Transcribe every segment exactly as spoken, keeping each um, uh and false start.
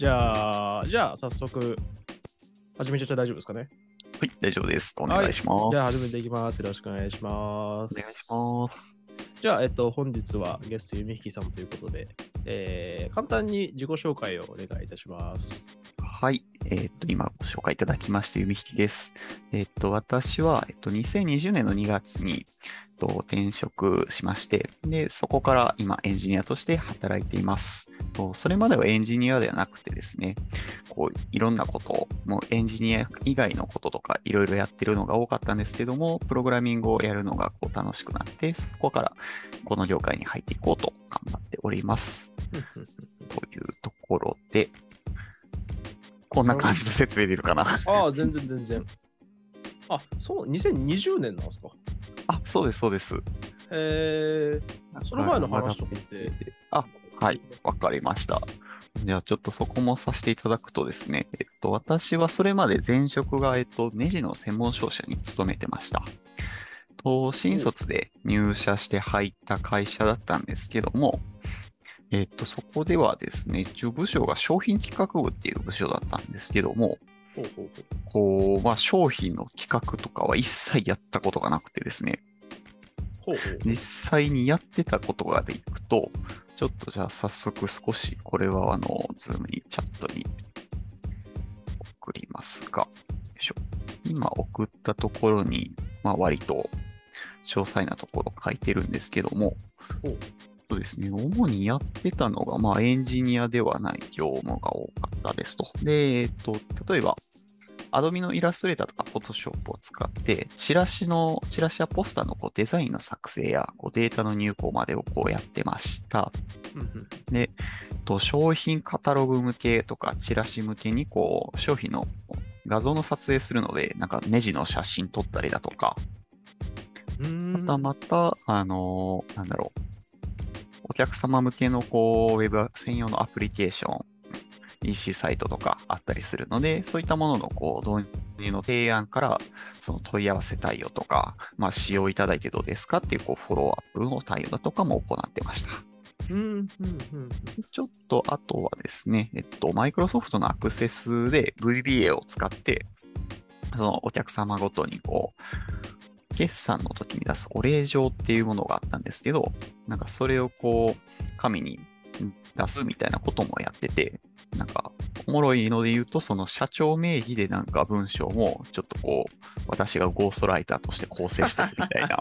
じゃあ、じゃあ、早速、始めちゃって大丈夫ですかね。 はい、大丈夫です。お願いします。 じゃあ、始めていきます。よろしくお願いしまお願いしす。 ます。 じゃあ、えっと、本日はゲスト、ゆみひきさんということで、えー簡単に自己紹介をお願いいたします。 はい、えーっと、今ご紹介いただきました、ゆみひきです。えーっと、私は、えっと、にせんにじゅうねんのにがつに、えっと、転職しまして、で、そこから今、エンジニアとして働いています。とそれまではエンジニアではなくてですね、こう、いろんなことを、もうエンジニア以外のこととか、いろいろやってるのが多かったんですけども、プログラミングをやるのがこう楽しくなって、そこからこの業界に入っていこうと頑張っております。というところで、こんな感じの説明でいるかな。 ああ、全然全然。あ、そう、にせんにじゅうねんなんですか。 あ、そうです、そうです。 えー、その前の話とかって。 あ、はい、わかりました。じゃあちょっとそこもさせていただくとですね、えっと、私はそれまで前職が、えっと、ネジの専門商社に勤めてました。と、新卒で入社して入った会社だったんですけども、えっと、そこではですね、一応部署が商品企画部っていう部署だったんですけども、 ほうほうこう、まあ、商品の企画とかは一切やったことがなくてですね、 ほうほう。 実際にやってたことがでいくと、ちょっとじゃあ早速少し、これはあの、ズームにチャットに送りますが、よいしょ。今送ったところに、まあ割と詳細なところ書いてるんですけども、 ほうそうですね、主にやってたのが、まあエンジニアではない業務が多かったですと。で、えっと、例えば、Adobe のイラストレーターとか Photoshop を使って、チラシの、チラシやポスターのこうデザインの作成やこうデータの入稿までをこうやってました。 うんうんで、と商品カタログ向けとかチラシ向けにこう商品の画像の撮影するので、なんかネジの写真撮ったりだとか、 うーんまたまた、あのーなんだろう、お客様向けのこうウェブ専用のアプリケーション、イーシー サイトとかあったりするので、そういったもののこう導入の提案から、その問い合わせ対応とか、まあ、使用いただいてどうですかっていうこうフォローアップの対応だとかも行ってました。 うんうんうんちょっと、あとはですね、えっと、マイクロソフトのアクセスで ブイビーエー を使って、そのお客様ごとにこう、決算の時に出すお礼状っていうものがあったんですけど、なんかそれをこう、紙に出すみたいなこともやってて、なんか、おもろいので言うと、その社長名義でなんか文章も、ちょっとこう、私がゴーストライターとして構成してるみたいな、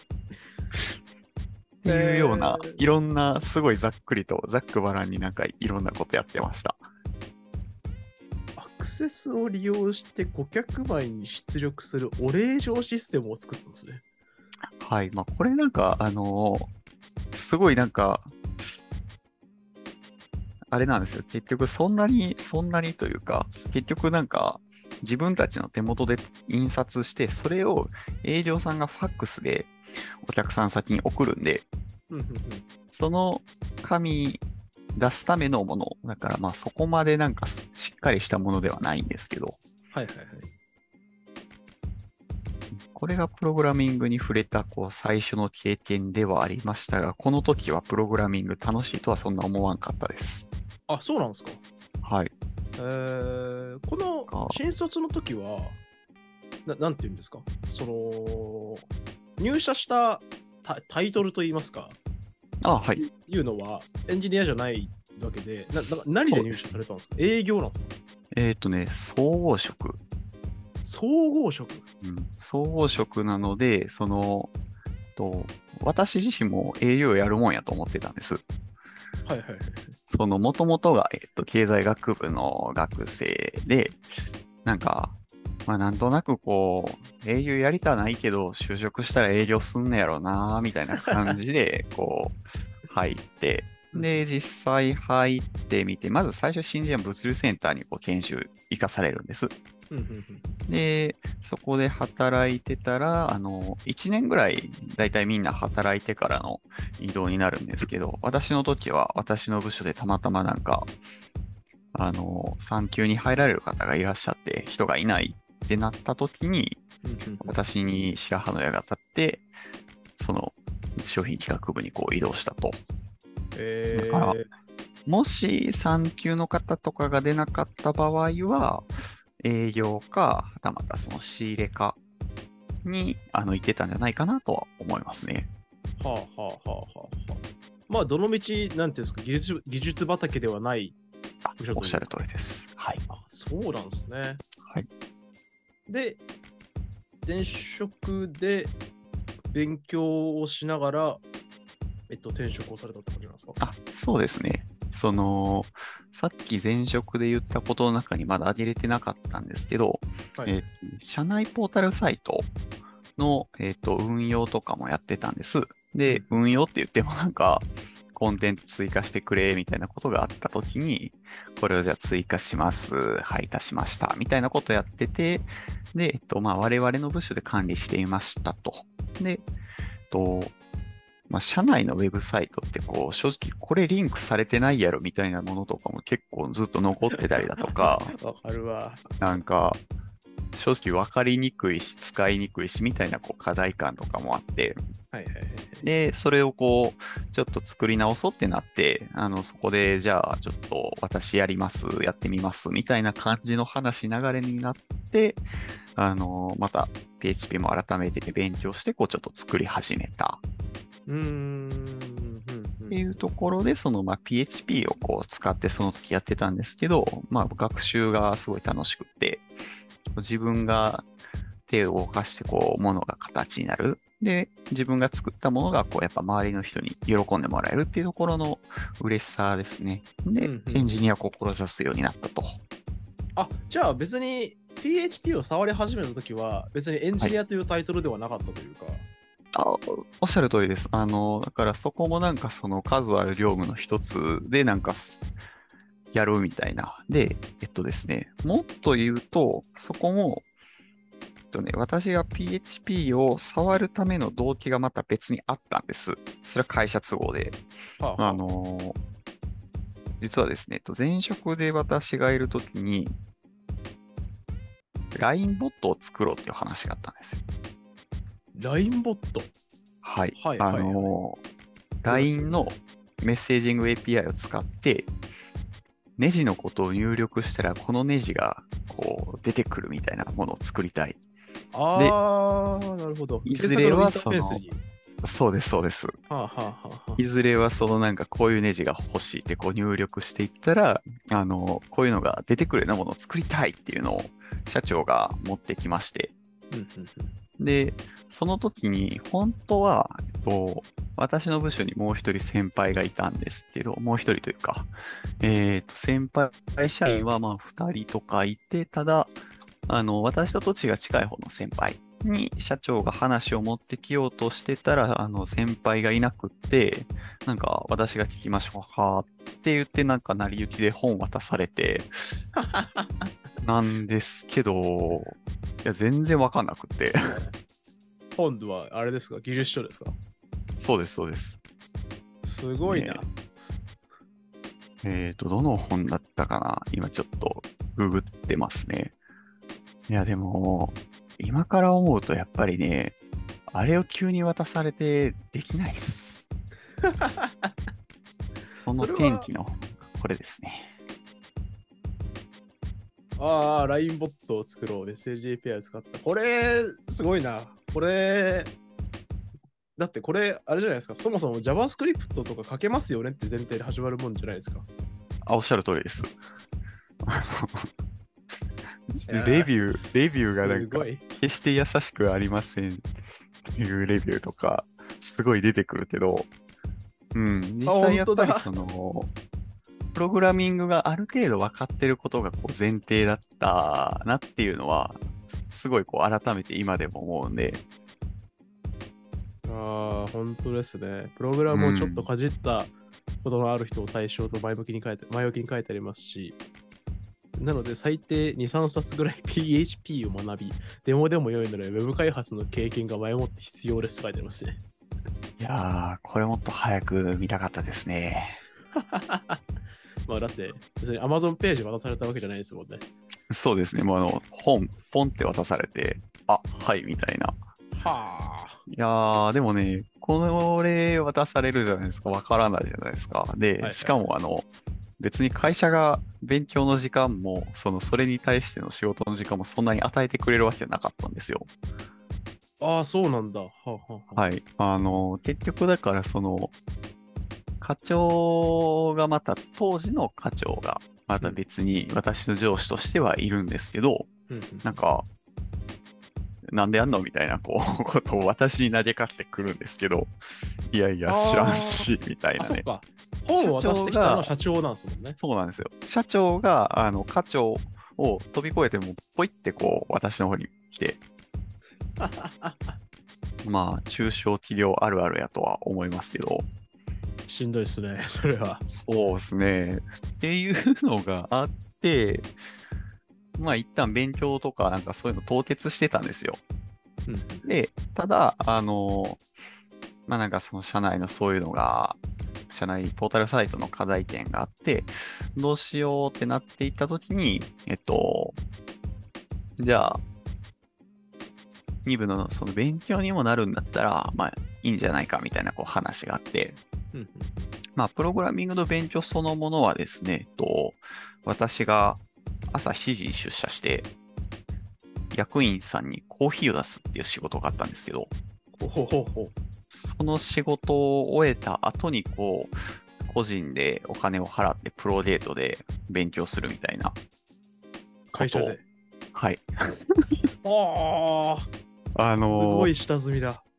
っていうような、 えーいろんな、すごいざっくりと、ざっくばらんになんかいろんなことやってました。 アクセスを利用して顧客前に出力するお礼状システムを作ったんですね。 はい。まあ、これなんか、あのーすごいなんか、あれなんですよ。結局、そんなに、そんなにというか、結局なんか、自分たちの手元で印刷して、それを営業さんがファックスでお客さん先に送るんで、 うんうんうんその紙出すためのもの、だからまあそこまでなんかしっかりしたものではないんですけど、 はいはいはい。 これがプログラミングに触れたこう最初の経験ではありましたが、この時はプログラミング楽しいとはそんな思わんかったです。 あ、そうなんですか。 はい。 えー、このあ新卒の時は、ななんて言うんですか、その、入社したタタイトルといいますか、 あ、はい。 いいうのはエンジニアじゃないわけで、ななそう何で入ですね。 社されたんですか。営業なんですか。 えっとね、総合職。 総合職。 うん、総合職なので、その、と、私自身も営業やるもんやと思ってたんです。 はいはいはい。 その、もともとが、えっと、経済学部の学生で、なんか、まあ、なんとなくこう、営業やりたないけど、就職したら営業すんねやろな、みたいな感じで、こう、入って、で、実際入ってみて、まず最初、新人は物流センターにこう研修行かされるんです。 うんうんうんで、そこで働いてたら、あの、いちねんぐらい、だいたいみんな働いてからの移動になるんですけど、私の時は、私の部署でたまたまなんか、あの、産休に入られる方がいらっしゃって、人がいないってなった時に、 うんうんうん。 私に白羽の矢が立って、その商品企画部にこう移動したと。だから、 えもしさん級の方とかが出なかった場合は、営業か、はたまたその仕入れかにあの行ってたんじゃないかなとは思いますね。 はあはあはあはあはあ。まあ、どの道、なんていうんですか、技術、技術畑ではないあ、 部署というか。 おっしゃる通りです。はい。 あ、そうなんですね。 はい。 で、前職で勉強をしながら、えっと、転職をされたって感じなんですか？ あ、そうですね。その、さっき前職で言ったことの中にまだ挙げれてなかったんですけど、 はい。 えー社内ポータルサイトの、えーと、運用とかもやってたんです。で、 うん。 運用って言ってもなんか、コンテンツ追加してくれみたいなことがあったときに、これをじゃあ追加します、配達しました、みたいなことやってて、で、えっと、まあ、我々の部署で管理していましたと。で、えっと、まあ、社内のウェブサイトってこう、正直これリンクされてないやろみたいなものとかも結構ずっと残ってたりだとか、 わかるわ。 なんか、正直分かりにくいし、使いにくいし、みたいなこう課題感とかもあって、 はいはいはいはい。 で、それをこう、ちょっと作り直そうってなって、あの、そこで、じゃあ、ちょっと私やります、やってみます、みたいな感じの話、流れになって、あの、また ピーエイチピー も改めて勉強して、こう、ちょっと作り始めたうーん。うんうんっていうところで、その、まあ、ピーエイチピー をこう使ってその時やってたんですけど、まあ、学習がすごい楽しくって、自分が手を動かして、こう、ものが形になる。で、自分が作ったものが、こう、やっぱ周りの人に喜んでもらえるっていうところの嬉しさですね。で、 うんうんうん。 エンジニアを志すようになったと。 あ、じゃあ別に ピーエイチピー を触り始めたときは別にエンはい。 ジニアというタイトルではなかったというか。 あ、おおっしゃる通りです。あの、だからそこもなんかその数ある業務の一つでなんかすやるみたいな。で、えっとですね、もっと言うと、そこも、えっとね、私が ピーエイチピー を触るための動機がまた別にあったんです。それは会社都合で。あはあはの、実はですね、えっと前職で私がいるときに、ライン ボットを作ろうっていう話があったんですよ。 あ。ライン ボット。 はい。あはいはいはい。 の、 ありますよラインね。 のメッセージング エーピーアイ を使って、ネジのことを入力したら、このネジがこう出てくるみたいなものを作りたい。で、 あー、なるほど。 いずれ検索のインはその、 ターフェースに。 そうです、そうです。 はあはあはあはあ。 いずれはそのなんかこういうネジが欲しいってこう入力していったら、あの、こういうのが出てくるようなものを作りたいっていうのを社長が持ってきまして、 うんうんうん。 で、その時に本当は、えっと、私の部署にもう一人先輩がいたんですけど、もう一人というか、えっと、先輩社員はまあ二人とかいて、ただ、あの、私と土地が近い方の先輩に社長が話を持ってきようとしてたら、あの、先輩がいなくって、なんか、私が聞きましょうかって言って、なんか、成り行きで本渡されて、なんですけど、いや、全然わかんなくって。 今度はあれですか？技術書ですか？ そうです、そうです。 すごいな。 ねえ、えーと、どの本だったかな今ちょっとググってますね。いや、でも、今から思うとやっぱりね、あれを急に渡されてできないっす。このそれは、 天気の本がこれですね。 ああ、ライン ボットを作ろう。メッセージ エーピーアイ を使った。これ、すごいな。これ、だってこれ、あれじゃないですか。そもそも JavaScript とか書けますよねって前提で始まるもんじゃないですか。 あ、おっしゃる通りです。あいのレやー、 ビュー、レビューがなんか、 すごい。 決して優しくありませんっていうレビューとか、すごい出てくるけど、うん、実あ、 際本当だ。 やっぱりその、プログラミングがある程度分かってることがこう前提だったなっていうのは、すごいこう改めて今でも思うんで、 ああ、本当ですね。プログラうムをちょっとん。 かじったことのある人を対象と前向きに書いて、前置きに書いてありますし、なので最低に、さんさつぐらい ピーエイチピー を学び、デモでも良いので Web 開発の経験が前もって必要ですと書いてありますね。 いやー、これもっと早く見たかったですね。 まあだって、別に Amazon ページ渡されたわけじゃないですもんね。 そうですね。もうあの、本、ポンって渡されて、あ、はい、みたいな。 はあ。 いやー、でもね、これ渡されるじゃないですか。わからないじゃないですか。で、 はいはい。 しかもあの、別に会社が勉強の時間も、その、それに対しての仕事の時間もそんなに与えてくれるわけじゃなかったんですよ。 ああ、そうなんだ。はあ、はあはあ、 はい。あの、結局だからその、課長がまた、当時の課長がまた別に私の上司としてはいるんですけど、 うんうん、 なんか、なんでやんのみたいな、こう、ことを私に投げかけてくるんですけど、いやいや、知らんし、みたいあ、 なね。 そっか。本社を渡し長が、 てきたのは社長なんですもんね。 そうなんですよ。社長が、あの、課長を飛び越えても、ポイってこう、私の方に来て、まあ、中小企業あるあるやとは思いますけど、 しんどいですね、それは。 そうですね。っていうのがあって、まあ、一旦勉強とか、なんかそういうの凍結してたんですよ。 うんうん、 で、ただ、あの、まあなんかその社内のそういうのが、社内ポータルサイトの課題点があって、どうしようってなっていったときに、えっと、じゃあ、に部のその勉強にもなるんだったら、まあいいんじゃないかみたいなこう話があって、 うんうん、 まあプログラミングの勉強そのものはですね、えっと、私が朝しちじに出社して、役員さんにコーヒーを出すっていう仕事があったんですけど、 ほほほほ。 その仕事を終えた後に、こう、個人でお金を払ってプロデートで勉強するみたいなことを。 会社で。 はい。 ああ、 あすのーごい下積みだ。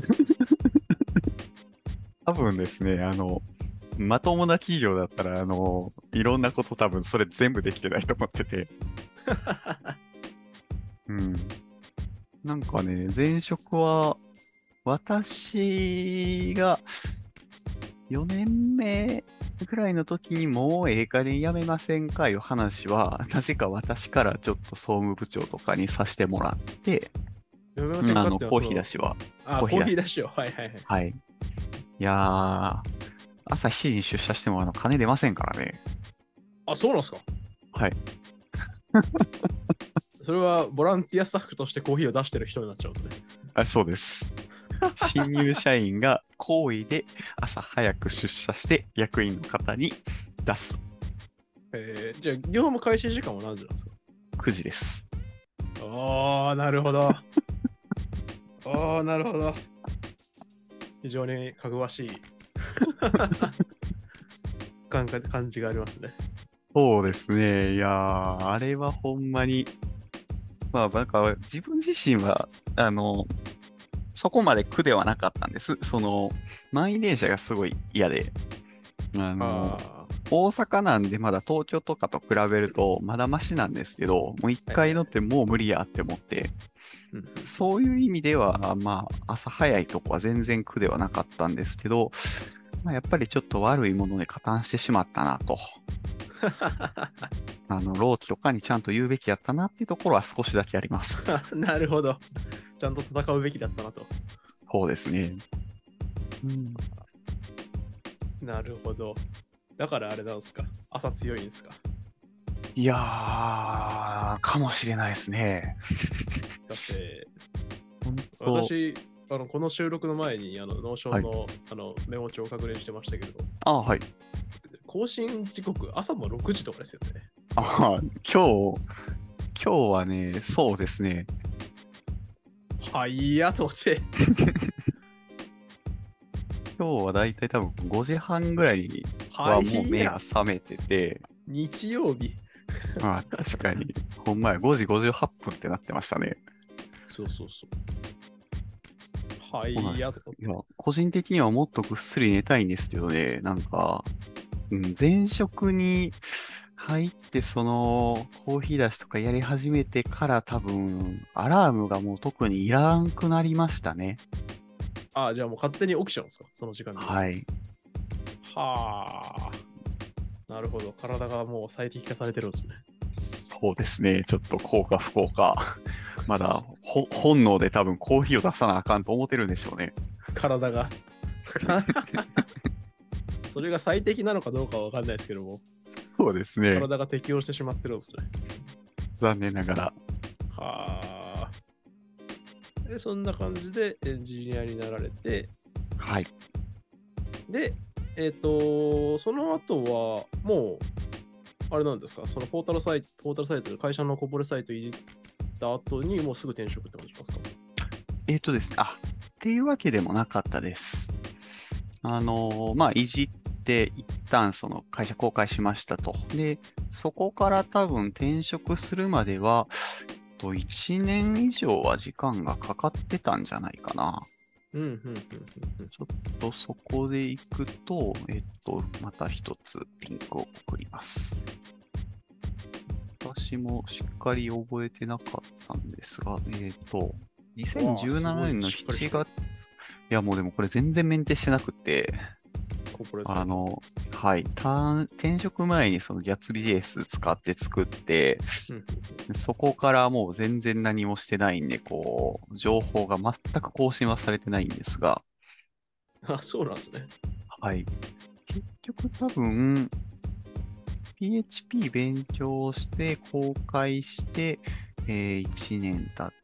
多分ですね、あの、まともな企業だったら、あのいろんなこと多分それ全部できてないと思ってて。うん。なんかね、前職は、私がよねんめぐらいの時にもうええ加減やめませんかいう話は、なぜか私からちょっと総務部長とかにさせてもらって、 やめませんかあの、コーってのはその、 ヒー出しは、 あ、コーコーヒー出し、 ヒー出しよ。はいはいはい。 はい。いやー、朝しちじに出社してもあの金出ませんからね。 あ、そうなんですか。 はい。 それはボランティアスタッフとしてコーヒーを出してる人になっちゃうんですね。 あ、そうです。新入社員が好意で朝早く出社して役員の方に出す。 えー、じゃあ、業務開始時間は何時なんですか？ くじです。 ああ、なるほど。ああ、なるほど。非常にかぐわしい感覚感じがありますね。 そうですね。いやー、あれはほんまに、まあ、なんか自分自身は、あの、そこまで苦ではなかったんです。その、満員電車がすごい嫌で、あの、 あ大阪なんでまだ東京とかと比べるとまだマシなんですけど、もう一回乗ってもう無理やって思って、 あ、うん、 そういう意味では、まあ、朝早いとこは全然苦ではなかったんですけど、まあ、やっぱりちょっと悪いもので加担してしまったなと。あの、労基とかにちゃんと言うべきやったなっていうところは少しだけあります。 なるほど。ちゃんと戦うべきだったなと。 そうですね。うん、 なるほど。だからあれなんですか。朝強いんですか。 いやー、かもしれないですね。 だって、 本当、 私、あのこの収録の前にあのノーションの、 はい、 あのメモ帳を確認してましたけど、 あ、はい。 更新時刻、朝のろくじとかですよね。 あ、今日、今日はね、そうですね。 はいやと思って。 今日はだいたい多分ごじはんぐらいにははもう目いやが覚めてて、 日曜日。 まあ確かに、ほんまやごじごじゅうはっぷんってなってましたね。 そうそうそう。はそうなんいですいや、 やと思って。 個人的にはもっとぐっすり寝たいんですけどね、なんか、うん、前職に入って、その、コーヒー出しとかやり始めてから多分、アラームがもう特にいらんくなりましたね。 ああ、じゃあもう勝手に起きちゃうんですか、その時間に。 はい。 はあ。なるほど。体がもう最適化されてるんですね。 そうですね。ちょっと効果不効果。まだほ本能で多分コーヒーを出さなあかんと思ってるんでしょうね。 体が。それが最適なのかどうかは分かんないですけども、 そうですね。 体が適応してしまってるんですね。 残念ながら。 はあ。 で、そんな感じでエンジニアになられて、 はい。 で、えっ、と、その後は、もう、あれなんですか、そのポータルサイト、ポータルサイトで会社のコーポレサイトいじった後に、もうすぐ転職って感じますか？ えっとですね、あ、っていうわけでもなかったです。あのーまあ、いじって、一旦その会社公開しましたと。で、そこから多分転職するまでは、といちねん以上は時間がかかってたんじゃないかな。 うん、うん、うん、うん。うん。 ちょっとそこで行くと、えっと、また一つリンクを送ります。私もしっかり覚えてなかったんですが、えっと、2017 わあ、すごい年の7 しっかりしてる。 月、いやもうでもこれ全然メンテしてなくて、 コーポレサイト。 あの、はい、た転職前にその Gatsby.js 使って作って、 うん、うん、 そこからもう全然何もしてないんで、こう、情報が全く更新はされてないんですが、 うん。あ、そうなんですね。 はい。結局多分、ピーエイチピー 勉強して公開して、えー、いちねん経って、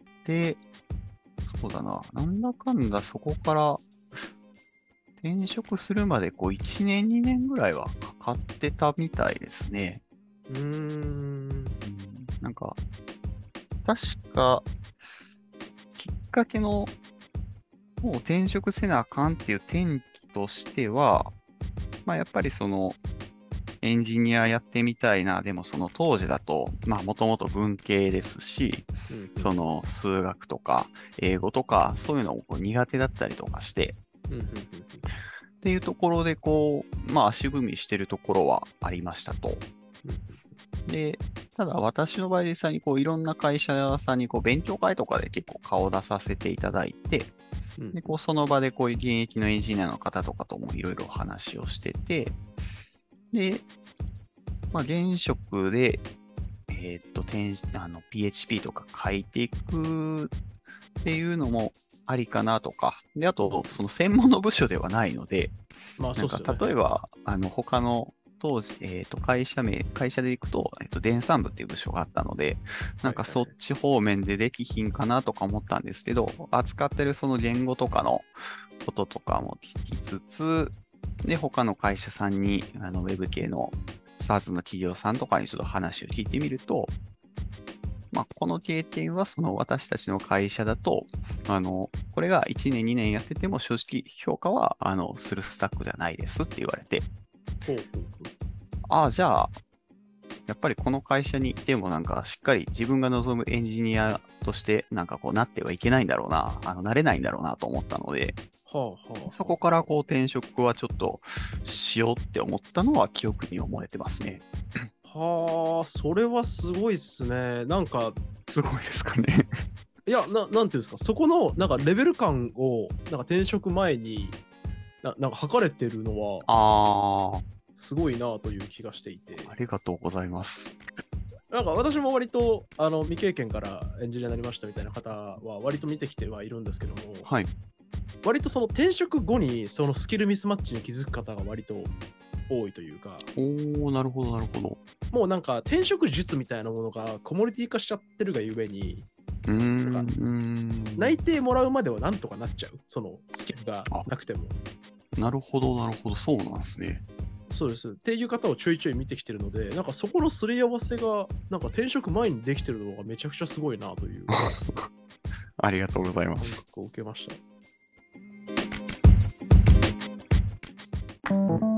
そうだな、なんだかんだそこから転職するまでこういちねん、にねんぐらいはかかってたみたいですね。 うーん。 うんなんか、確か、きっかけの、もう転職せなあかんっていう転機としては、まあやっぱりその、エンジニアやってみたいな、でもその当時だと、まあもともと文系ですし、 うん、うん。 その数学とか英語とかそういうのもこう苦手だったりとかして、 うん、うん、うん。 っていうところでこう、まあ足踏みしてるところはありましたと。で、ただ私の場合実際にこういろんな会社さんにこう勉強会とかで結構顔を出させていただいて、 うん、 で、こうその場でこういう現役のエンジニアの方とかともいろいろ話をしてて、で、まあ現職で、えーっと、転あの ピーエイチピー とか書いていくっていうのもありかなとか、で、あと、その専門の部署ではないので、 まあ、 なんかそうっすよね。 例えば、あの、他の当時、えっと、会社名、会社で行くと、えっと、電産部っていう部署があったので、なんかそっち方面でできひんかなとか思ったんですけど、扱ってるその言語とかのこととかも聞きつつ、で、他の会社さんに、あの、ウェブ系の SaaS の企業さんとかにちょっと話を聞いてみると、まあ、この経験はその私たちの会社だと、あの、これがいちねん、にねんやってても正直評価は、あの、するスタックじゃないですって言われて、 ほうほうほう。 ああ、じゃあ、やっぱりこの会社にいてもなんかしっかり自分が望むエンジニアとしてなんかこうなってはいけないんだろうな、あの、なれないんだろうなと思ったので、 はあ、はあ。 そこからこう転職はちょっとしようって思ったのは記憶に思えてますね。 はあ、それはすごいっすね。なんか、 すごいですかね。 いや、ななんていうんですか、そこのなんかレベル感をなんか転職前にななんか測れてるのはああ、 すごいなという気がしていて、 ありがとうございます。 なんか私も割とあの未経験からエンジニアになりましたみたいな方は割と見てきてはいるんですけども、 はい。 割とその転職後にそのスキルミスマッチに気づく方が割と多いというか、 おー、なるほど、なるほど。 もうなんか転職術みたいなものがコモディティ化しちゃってるがゆえに、 うーん。 なんかうーん内定もらうまではなんとかなっちゃう、そのスキルがなくても。 なるほど、なるほど。そうなんですね。 そうです。っていう方をちょいちょい見てきてるので、なんかそこのすり合わせが、なんか転職前にできてるのがめちゃくちゃすごいなというありがとうございま感す。 覚を受けました。